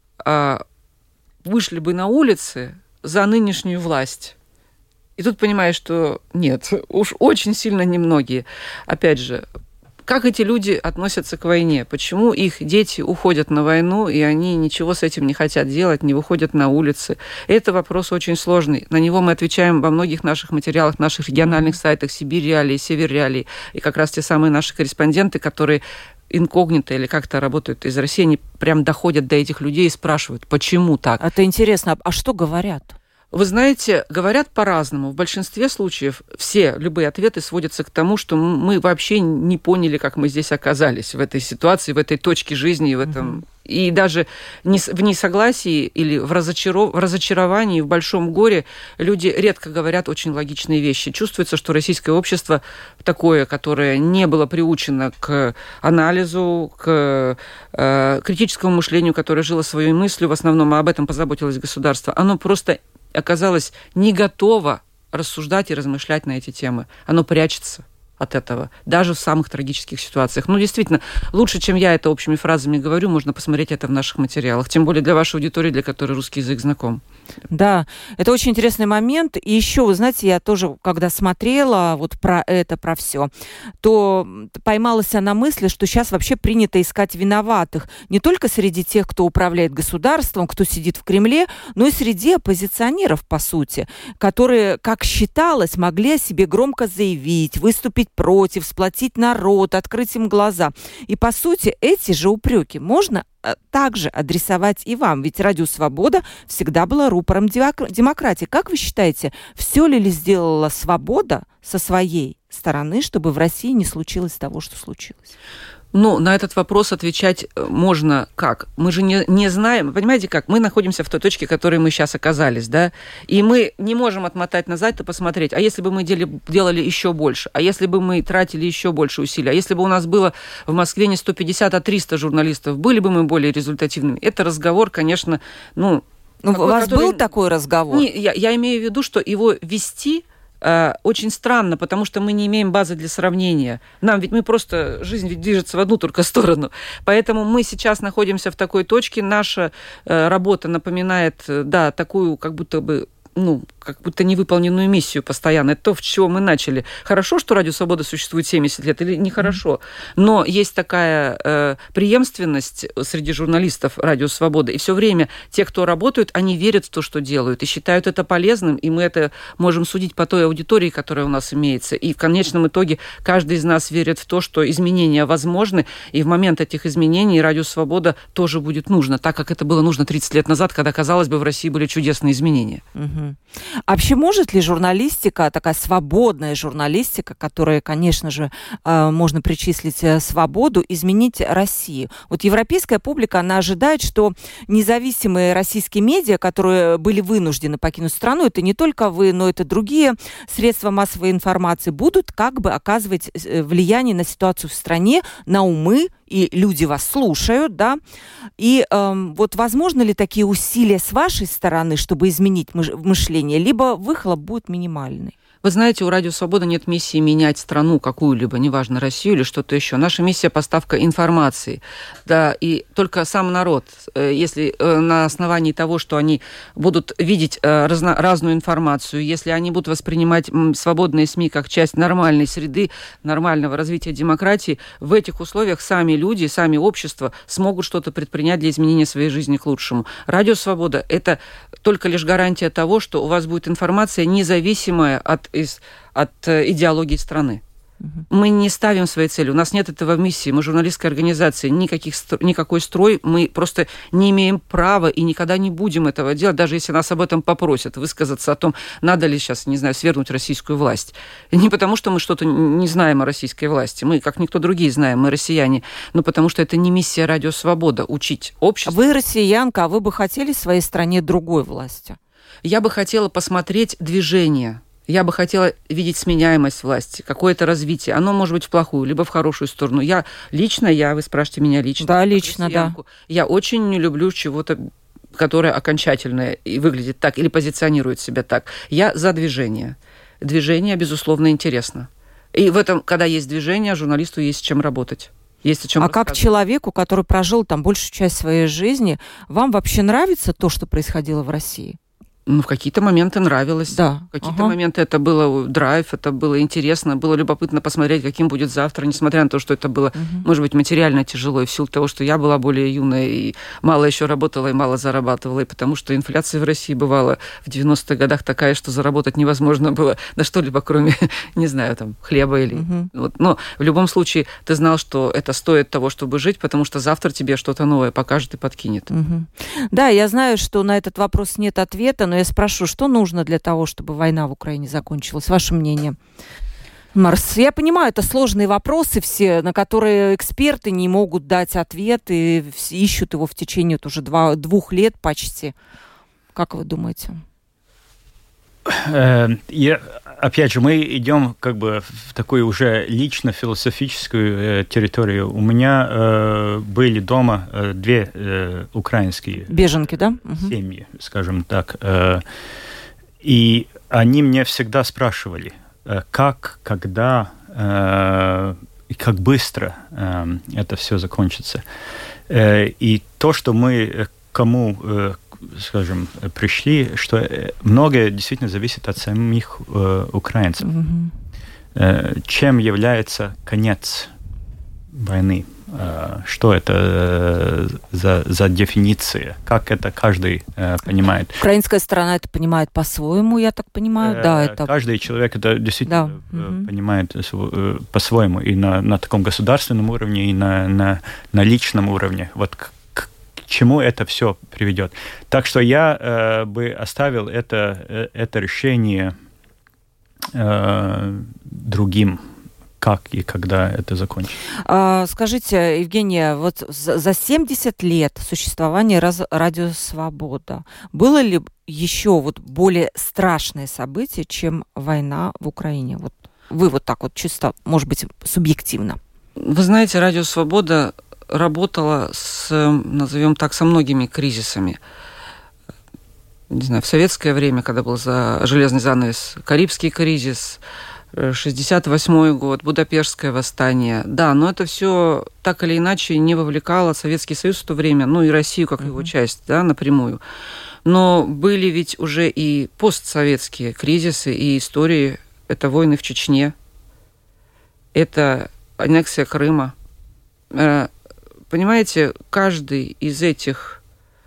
а, вышли бы на улицы за нынешнюю власть? И тут понимаешь, что нет, уж очень сильно немногие. Опять же, как эти люди относятся к войне? Почему их дети уходят на войну, и они ничего с этим не хотят делать, не выходят на улицы? Это вопрос очень сложный. На него мы отвечаем во многих наших материалах, наших региональных сайтах, Сибирь Реалии, Север Реалии. И как раз те самые наши корреспонденты, которые инкогнито или как-то работают из России, они прям доходят до этих людей и спрашивают, почему так? Это интересно. А что говорят? Вы знаете, говорят по-разному. В большинстве случаев все любые ответы сводятся к тому, что мы вообще не поняли, как мы здесь оказались в этой ситуации, в этой точке жизни, в этом... Mm-hmm. И даже в несогласии или в, разочаров... в разочаровании, в большом горе люди редко говорят очень логичные вещи. Чувствуется, что российское общество такое, которое не было приучено к анализу, к э, критическому мышлению, которое жило своей мыслью, в основном, а об этом позаботилось государство, оно просто оказалось не готово рассуждать и размышлять на эти темы. Оно прячется от этого, даже в самых трагических ситуациях. Ну, действительно, лучше, чем я это общими фразами говорю, можно посмотреть это в наших материалах. Тем более для вашей аудитории, для которой русский язык знаком. Да, это очень интересный момент. И еще, вы знаете, я тоже, когда смотрела вот про это, про все, то поймалась на мысли, что сейчас вообще принято искать виноватых не только среди тех, кто управляет государством, кто сидит в Кремле, но и среди оппозиционеров, по сути, которые, как считалось, могли о себе громко заявить, выступить против, сплотить народ, открыть им глаза. И, по сути, эти же упреки можно также адресовать и вам. Ведь Радио Свобода всегда была рупором демократии. Как вы считаете, все ли ли сделала Свобода со своей стороны, чтобы в России не случилось того, что случилось? Ну, на этот вопрос отвечать можно как? Мы же не, не знаем, понимаете как? Мы находимся в той точке, в которой мы сейчас оказались, да? И мы не можем отмотать назад и посмотреть, а если бы мы дели, делали еще больше, а если бы мы тратили еще больше усилий, а если бы у нас было в Москве не сто пятьдесят, а триста журналистов, были бы мы более результативными? Это разговор, конечно, ну... Ну, такой, у вас который... был такой разговор? Не, я, я имею в виду, что его вести... очень странно, потому что мы не имеем базы для сравнения. Нам ведь мы просто... Жизнь ведь движется в одну только сторону. Поэтому мы сейчас находимся в такой точке. Наша работа напоминает, да, такую как будто бы... ну, как будто невыполненную миссию постоянно. Это то, с чего мы начали. Хорошо, что Радио Свобода существует семьдесят лет, или нехорошо? Но есть такая э, преемственность среди журналистов Радио Свобода, и все время те, кто работают, они верят в то, что делают, и считают это полезным, и мы это можем судить по той аудитории, которая у нас имеется. И в конечном итоге каждый из нас верит в то, что изменения возможны, и в момент этих изменений Радио Свобода тоже будет нужно, так как это было нужно тридцать лет назад, когда, казалось бы, в России были чудесные изменения. Угу. А вообще может ли журналистика, такая свободная журналистика, которая, конечно же, можно причислить свободу, изменить Россию? Вот европейская публика, она ожидает, что независимые российские медиа, которые были вынуждены покинуть страну, это не только вы, но это другие средства массовой информации, будут как бы оказывать влияние на ситуацию в стране, на умы, и люди вас слушают, да, и эм, вот возможно ли такие усилия с вашей стороны, чтобы изменить мышление, либо выхлоп будет минимальный? Вы знаете, у Радио Свобода нет миссии менять страну какую-либо, неважно, Россию или что-то еще. Наша миссия – поставка информации. Да, и только сам народ, если на основании того, что они будут видеть разно, разную информацию, если они будут воспринимать свободные СМИ как часть нормальной среды, нормального развития демократии, в этих условиях сами люди, сами общества смогут что-то предпринять для изменения своей жизни к лучшему. Радио Свобода – это только лишь гарантия того, что у вас будет информация, независимая от Из, от э, идеологии страны. Uh-huh. Мы не ставим своей цели. У нас нет этого в миссии. Мы журналистская организация. Никаких, никакой строй. Мы просто не имеем права и никогда не будем этого делать, даже если нас об этом попросят, высказаться о том, надо ли сейчас, не знаю, свергнуть российскую власть. Не потому, что мы что-то не знаем о российской власти. Мы, как никто другие, знаем. Мы россияне. Но потому, что это не миссия Радио Свобода. Учить общество. Вы россиянка, а вы бы хотели в своей стране другой власти? Я бы хотела посмотреть движение. Я бы хотела видеть сменяемость власти, какое-то развитие. Оно может быть в плохую, либо в хорошую сторону. Я лично, я, вы спрашиваете меня лично. Да, лично, да. Я очень не люблю чего-то, которое окончательное и выглядит так, или позиционирует себя так. Я за движение. Движение, безусловно, интересно. И в этом, когда есть движение, журналисту есть с чем работать. Есть о чем а как человеку, который прожил там большую часть своей жизни, вам вообще нравится то, что происходило в России? Ну, в какие-то моменты нравилось. Да. В какие-то ага. моменты это было драйв, это было интересно, было любопытно посмотреть, каким будет завтра, несмотря на то, что это было, угу. может быть, материально тяжело, и в силу того, что я была более юная и мало еще работала, и мало зарабатывала, и потому что инфляция в России бывала в девяностых годах такая, что заработать невозможно было на что-либо, кроме, не знаю, там, хлеба или... Угу. Вот. Но в любом случае ты знал, что это стоит того, чтобы жить, потому что завтра тебе что-то новое покажет и подкинет. Угу. Да, я знаю, что на этот вопрос нет ответа, но я спрошу, что нужно для того, чтобы война в Украине закончилась? Ваше мнение? Марс, я понимаю, это сложные вопросы все, на которые эксперты не могут дать ответ и ищут его в течение вот уже два, двух лет почти. Как вы думаете? Я, опять же, мы идем как бы в такую уже лично-философическую территорию. У меня э, были дома э, две э, украинские беженки, да? Семьи, угу. скажем так. Э, и они мне всегда спрашивали, как, когда э, и как быстро э, это все закончится. Э, и то, что мы кому, э, скажем, пришли, что многое действительно зависит от самих э, украинцев. Mm-hmm. Э, чем является конец войны? Э, что это э, за, за дефиниция? Как это каждый э, понимает? Украинская сторона это понимает по-своему, я так понимаю. Э, да, это... Каждый человек это действительно да. mm-hmm. понимает э, по-своему. И на, на таком государственном уровне, и на, на, на личном уровне. Вот к, к чему это все приведет. Так что я э, бы оставил это, э, это решение э, другим. Как и когда это закончится? А, скажите, Евгения, вот за семьдесят лет существования раз, Радио Свобода было ли еще вот более страшное событие, чем война в Украине? Вот вы вот так вот чисто, может быть, субъективно. Вы знаете, Радио Свобода работала с, назовем так, со многими кризисами. Не знаю, в советское время, когда был за железный занавес, Карибский кризис, шестьдесят восьмой год, Будапештское восстание. Да, но это все так или иначе не вовлекало Советский Союз в то время, ну и Россию как mm-hmm. его часть, да, напрямую. Но были ведь уже и постсоветские кризисы и истории. Это войны в Чечне, это аннексия Крыма. Понимаете, каждый из этих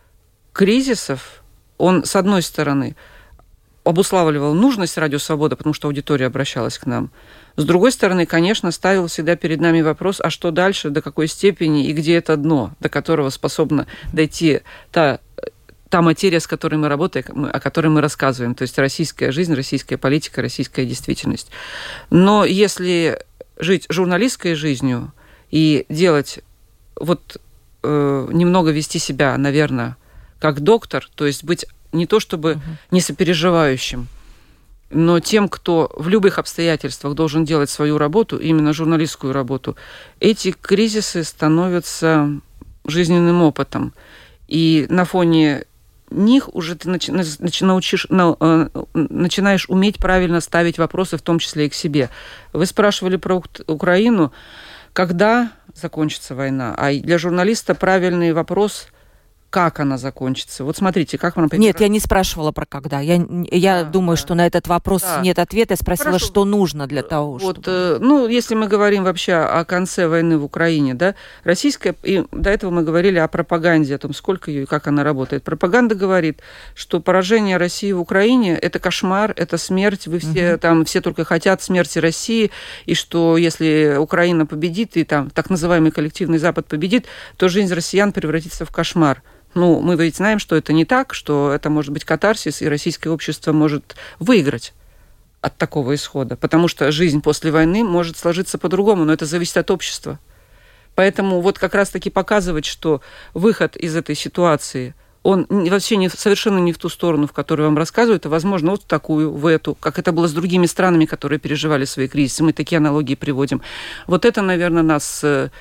кризисов, он, с одной стороны, обуславливал нужность Радио Свобода, потому что аудитория обращалась к нам. С другой стороны, конечно, ставил всегда перед нами вопрос, а что дальше, до какой степени и где это дно, до которого способна дойти та, та материя, с которой мы работаем, о которой мы рассказываем, то есть российская жизнь, российская политика, российская действительность. Но если жить журналистской жизнью и делать, вот э, немного вести себя, наверное, как доктор, то есть быть не то чтобы не сопереживающим, но тем, кто в любых обстоятельствах должен делать свою работу, именно журналистскую работу, эти кризисы становятся жизненным опытом. И на фоне них уже ты начи- начи- научишь, на, э, начинаешь уметь правильно ставить вопросы, в том числе и к себе. Вы спрашивали про Украину, когда закончится война? А для журналиста правильный вопрос – как она закончится. Вот смотрите, как она... Нет, я не спрашивала про когда. Я, я да, думаю, да. что на этот вопрос да. нет ответа. Я спросила, Хорошо. что нужно для того, вот, чтобы... Э, ну, если мы говорим вообще о конце войны в Украине, да, российская... И до этого мы говорили о пропаганде, о том, сколько ее и как она работает. Пропаганда говорит, что поражение России в Украине – это кошмар, это смерть, вы все угу. там, все только хотят смерти России, и что если Украина победит, и там так называемый коллективный Запад победит, то жизнь россиян превратится в кошмар. Ну, мы ведь знаем, что это не так, что это может быть катарсис, и российское общество может выиграть от такого исхода, потому что жизнь после войны может сложиться по-другому, но это зависит от общества. Поэтому вот как раз-таки показывать, что выход из этой ситуации, он вообще не, совершенно не в ту сторону, в которую вам рассказывают, а, возможно, вот в такую, в эту, как это было с другими странами, которые переживали свои кризисы. Мы такие аналогии приводим. Вот это, наверное, нас...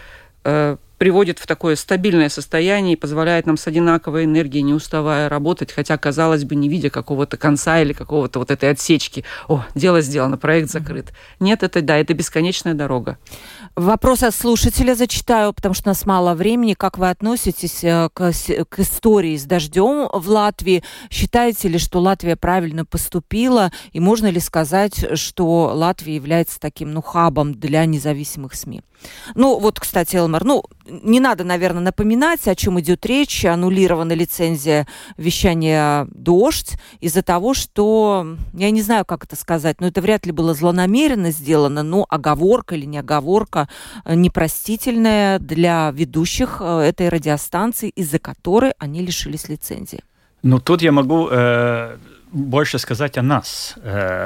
Э, приводит в такое стабильное состояние и позволяет нам с одинаковой энергией, не уставая, работать, хотя, казалось бы, не видя какого-то конца или какого-то вот этой отсечки. О, дело сделано, проект закрыт. Нет, это да, это бесконечная дорога. Вопрос от слушателя зачитаю, потому что у нас мало времени. Как вы относитесь к, к истории с дождем в Латвии? Считаете ли, что Латвия правильно поступила? И можно ли сказать, что Латвия является таким, ну, хабом для независимых СМИ? Ну, вот, кстати, Элмар, ну, не надо, наверное, напоминать, о чем идет речь. Аннулирована лицензия вещания «Дождь» из-за того, что, я не знаю, как это сказать, но это вряд ли было злонамеренно сделано, но оговорка или не оговорка непростительная для ведущих этой радиостанции, из-за которой они лишились лицензии. Ну, тут я могу... Э... больше сказать о нас,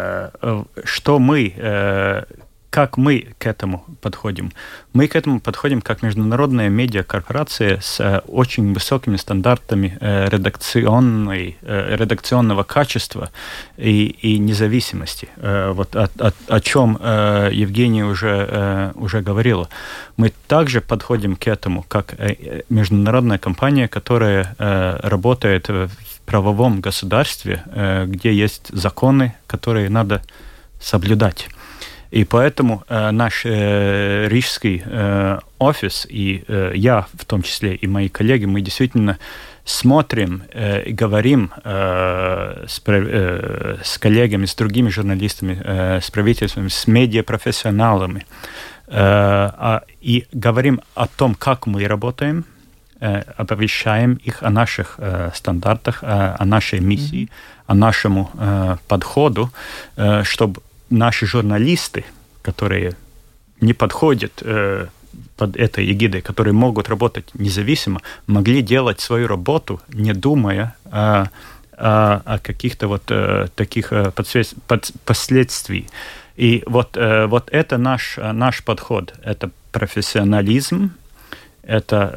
что мы, как мы к этому подходим. Мы к этому подходим как международная медиакорпорация с очень высокими стандартами редакционной, редакционного качества и, и независимости. Вот о, о, о чем Евгения уже, уже говорила. Мы также подходим к этому как международная компания, которая работает в правовом государстве, где есть законы, которые надо соблюдать. И поэтому э, наш э, рижский э, офис, и э, я в том числе, и мои коллеги, мы действительно смотрим э, и говорим э, с, э, с коллегами, с другими журналистами, э, с правительством, с медиапрофессионалами, э, а, и говорим о том, как мы работаем, э, оповещаем их о наших э, стандартах, э, о нашей миссии, mm-hmm. о нашему э, подходу, э, чтобы наши журналисты, которые не подходят э, под этой эгидой, которые могут работать независимо, могли делать свою работу, не думая о, о, о каких-то вот э, таких э, последствиях. И вот, э, вот это наш, наш подход. Это профессионализм, это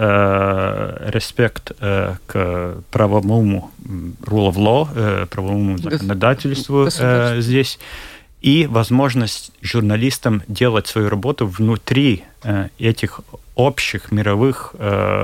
э, респект э, к правовому rule of law, э, правовому законодательству э, здесь. И возможность журналистам делать свою работу внутри э, этих общих мировых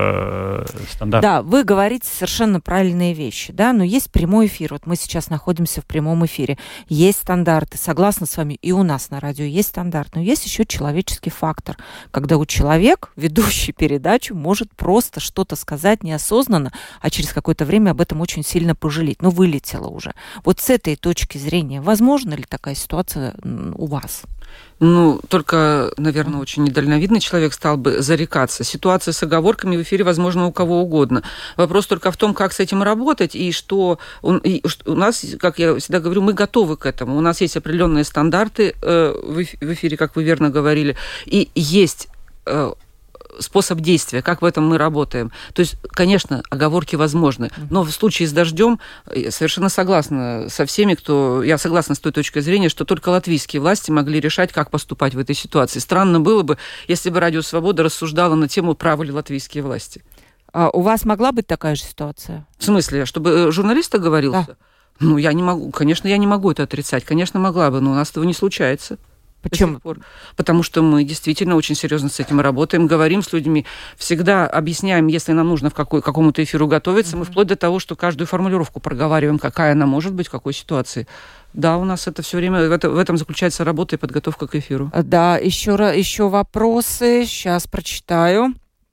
э, стандартов. Да, вы говорите совершенно правильные вещи, да, но есть прямой эфир. Вот мы сейчас находимся в прямом эфире. Есть стандарты, согласна с вами, и у нас на радио есть стандарт, но есть еще человеческий фактор, когда у человека, ведущий передачу, может просто что-то сказать неосознанно, а через какое-то время об этом очень сильно пожалеть. Ну, вылетело уже. Вот с этой точки зрения, возможно ли такая ситуация у вас? Ну, только, наверное, очень недальновидный человек стал бы зарекаться. Ситуация с оговорками в эфире, возможно, у кого угодно. Вопрос только в том, как с этим работать, и что он, и у нас, как я всегда говорю, мы готовы к этому. У нас есть определенные стандарты э, в эфире, как вы верно говорили, и есть э, способ действия, как в этом мы работаем. То есть, конечно, оговорки возможны, но в случае с дождем я совершенно согласна со всеми, кто... Я согласна с той точкой зрения, что только латвийские власти могли решать, как поступать в этой ситуации. Странно было бы, если бы Радио Свобода рассуждала на тему, правы ли латвийские власти. А у вас могла быть такая же ситуация? В смысле, чтобы журналист оговорился? Да. Ну, я не могу, конечно, я не могу это отрицать. Конечно, могла бы, но у нас этого не случается. Почему? Потому что мы действительно очень серьезно с этим работаем, говорим с людьми, всегда объясняем, если нам нужно в какой, какому-то эфиру готовиться, mm-hmm. мы вплоть до того, что каждую формулировку проговариваем, какая она может быть, в какой ситуации. Да, у нас это все время, в, это, в этом заключается работа и подготовка к эфиру. Да, еще, еще вопросы, сейчас прочитаю.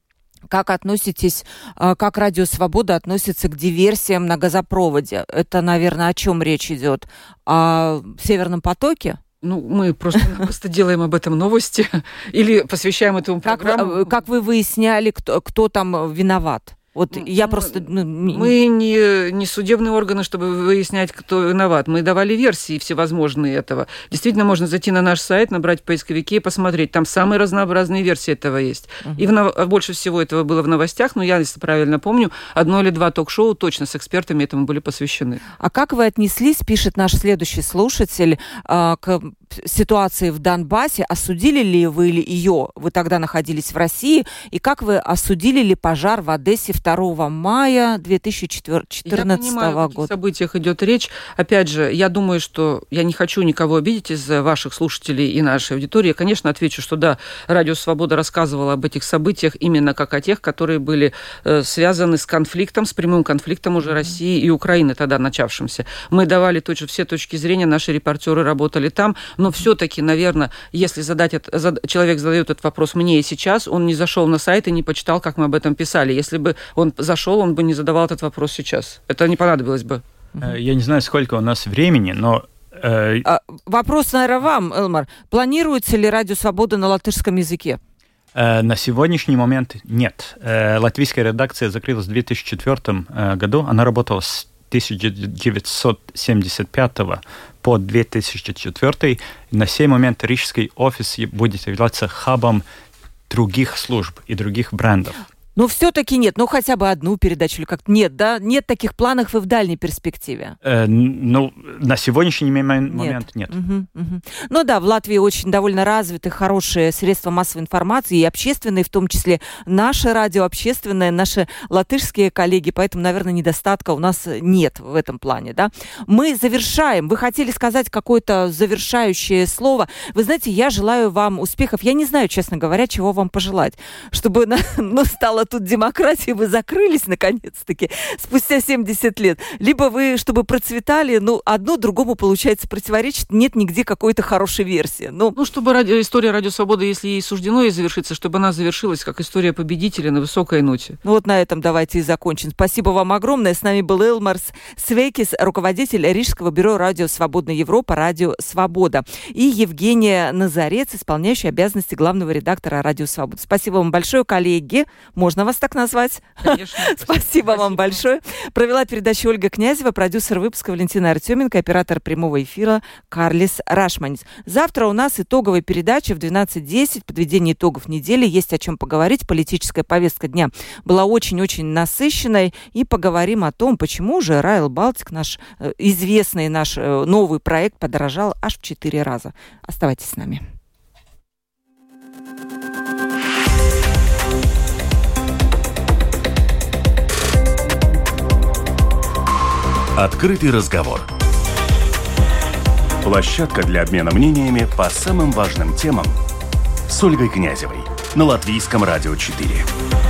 Как относитесь, как Радио Свобода относится к диверсиям на газопроводе? Это, наверное, о чем речь идет? О Северном потоке? Ну, мы просто делаем об этом новости или посвящаем этому программу. Как, как вы выясняли, кто, кто там виноват? Вот я просто... Ну, мы не, не судебные органы, чтобы выяснять, кто виноват. Мы давали версии всевозможные этого. Действительно, можно зайти на наш сайт, набрать в поисковике и посмотреть. Там самые разнообразные версии этого есть. Uh-huh. И в, больше всего этого было в новостях, но я, если правильно помню, одно или два ток-шоу точно с экспертами этому были посвящены. А как вы отнеслись, пишет наш следующий слушатель, к ситуации в Донбассе? Осудили ли вы ее? Вы тогда находились в России. И как вы осудили ли пожар в Одессе второго мая две тысячи четырнадцатого года? Я понимаю, о каких событиях идет речь. Опять же, я думаю, что я не хочу никого обидеть из ваших слушателей и нашей аудитории. Я, конечно, отвечу, что да, Радио Свобода рассказывала об этих событиях именно как о тех, которые были э, связаны с конфликтом, с прямым конфликтом уже mm-hmm. России и Украины тогда начавшимся. Мы давали точно все точки зрения, наши репортеры работали там, но все-таки, наверное, если задать это, зад, человек задает этот вопрос мне и сейчас, он не зашел на сайт и не почитал, как мы об этом писали. Если бы он зашел, он бы не задавал этот вопрос сейчас. Это не понадобилось бы. Я не знаю, сколько у нас времени, но... Э... А, вопрос, наверное, вам, Элмар. Планируется ли Радио Свобода на латышском языке? Э, на сегодняшний момент нет. Э, латвийская редакция закрылась в две тысячи четвёртом году. Она работала с тысяча девятьсот семьдесят пятого по две тысячи четвёртый. На сей момент рижский офис будет являться хабом других служб и других брендов. Но все-таки нет, ну хотя бы одну передачу или как-то нет, да? Нет таких планов и в дальней перспективе? Э, ну, на сегодняшний момент нет. нет. Угу, угу. Ну да, в Латвии очень довольно развиты хорошие средства массовой информации, и общественные, в том числе наше радио общественное, наши латышские коллеги, поэтому, наверное, недостатка у нас нет в этом плане, да? Мы завершаем. Вы хотели сказать какое-то завершающее слово. Вы знаете, я желаю вам успехов. Я не знаю, честно говоря, чего вам пожелать. Чтобы ну, стало тут демократии, вы закрылись наконец-таки спустя семьдесят лет. Либо вы, чтобы процветали, ну, одно другому, получается, противоречит, нет нигде какой-то хорошей версии. Ну, ну чтобы ради... история Радио Свободы, если ей суждено ей завершиться, чтобы она завершилась как история победителя на высокой ноте. Ну, вот на этом давайте и закончим. Спасибо вам огромное. С нами был Илмарс Свейкис, руководитель Рижского бюро Радио Свободная Европа, Радио Свобода. И Евгения Назарец, исполняющая обязанности главного редактора Радио Свобода. Спасибо вам большое, коллеги. Можно вас так назвать? Конечно. Спасибо, Спасибо вам большое. Провела передачу Ольга Князева, продюсер выпуска Валентина Артеменко, оператор прямого эфира Карлис Рашманис. Завтра у нас итоговая передача в двенадцать десять, подведение итогов недели. Есть о чем поговорить. Политическая повестка дня была очень-очень насыщенной. И поговорим о том, почему же Райл Балтик, наш э, известный наш э, новый проект, подорожал аж в четыре раза. Оставайтесь с нами. Открытый разговор. Площадка для обмена мнениями по самым важным темам с Ольгой Князевой на Латвийском радио четыре.